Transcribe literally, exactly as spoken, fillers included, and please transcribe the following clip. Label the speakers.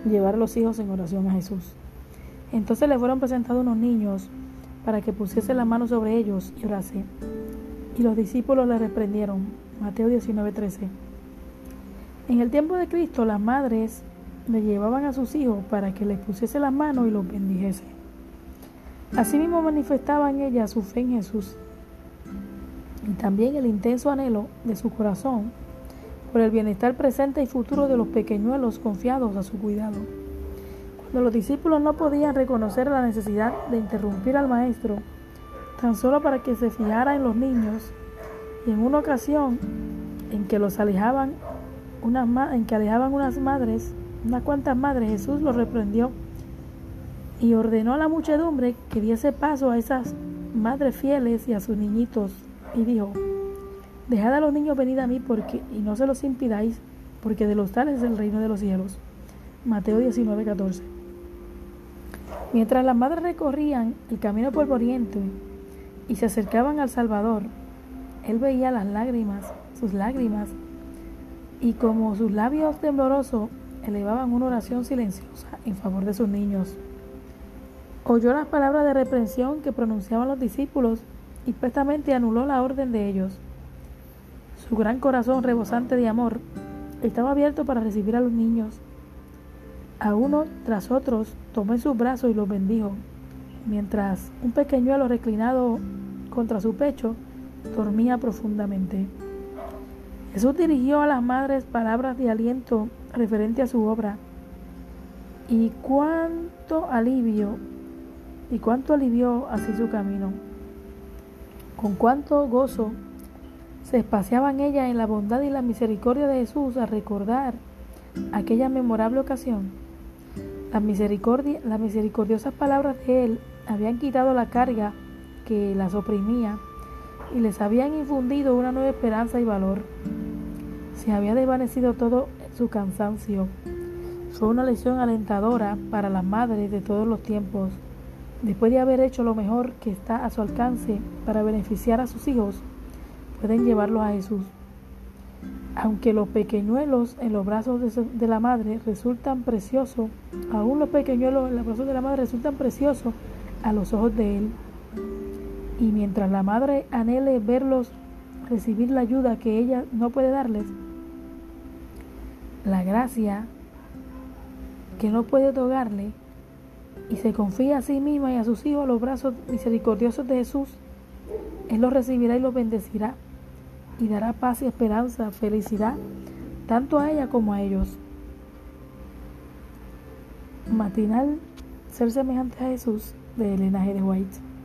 Speaker 1: llevar a los hijos en oración a Jesús. Entonces le fueron presentados unos niños para que pusiese la mano sobre ellos y orase. Y los discípulos le reprendieron. Mateo diecinueve trece. En el tiempo de Cristo, las madres le llevaban a sus hijos para que les pusiese las manos y los bendijese. Asimismo manifestaba en ella su fe en Jesús y también el intenso anhelo de su corazón por el bienestar presente y futuro de los pequeñuelos confiados a su cuidado. Cuando los discípulos no podían reconocer la necesidad de interrumpir al maestro, tan solo para que se fijara en los niños, y en una ocasión en que los alejaban unas ma- en que alejaban unas madres, unas cuantas madres, Jesús los reprendió y ordenó a la muchedumbre que diese paso a esas madres fieles y a sus niñitos, y dijo: dejad a los niños venir a mí porque, y no se los impidáis, porque de los tales es el reino de los cielos. Mateo diecinueve catorce. Mientras las madres recorrían el camino polvoriento y se acercaban al Salvador, él veía las lágrimas, sus lágrimas, y como sus labios temblorosos elevaban una oración silenciosa en favor de sus niños, oyó las palabras de reprensión que pronunciaban los discípulos y prestamente anuló la orden de ellos. Su gran corazón rebosante de amor estaba abierto para recibir a los niños. A uno tras otros tomó en sus brazos y los bendijo, mientras un pequeñuelo reclinado contra su pecho dormía profundamente. Jesús dirigió a las madres palabras de aliento referente a su obra, y cuánto alivio, y cuánto alivió así su camino. Con cuánto gozo se espaciaban ellas en la bondad y la misericordia de Jesús al recordar aquella memorable ocasión. Las misericordia, las misericordiosas palabras de Él habían quitado la carga que las oprimía y les habían infundido una nueva esperanza y valor. Se había desvanecido todo su cansancio. Fue una lección alentadora para las madres de todos los tiempos. Después de haber hecho lo mejor que está a su alcance para beneficiar a sus hijos, pueden llevarlos a Jesús. Aunque los pequeñuelos en los brazos de, su, de la madre resultan preciosos, aún los pequeñuelos en los brazos de la madre resultan preciosos a los ojos de Él. Y mientras la madre anhele verlos recibir la ayuda que ella no puede darles, la gracia que no puede otorgarle, y se confía a sí misma y a sus hijos a los brazos misericordiosos de Jesús, Él los recibirá y los bendecirá, y dará paz y esperanza, felicidad, tanto a ella como a ellos. Matinal, ser semejante a Jesús, de Elena G. de White.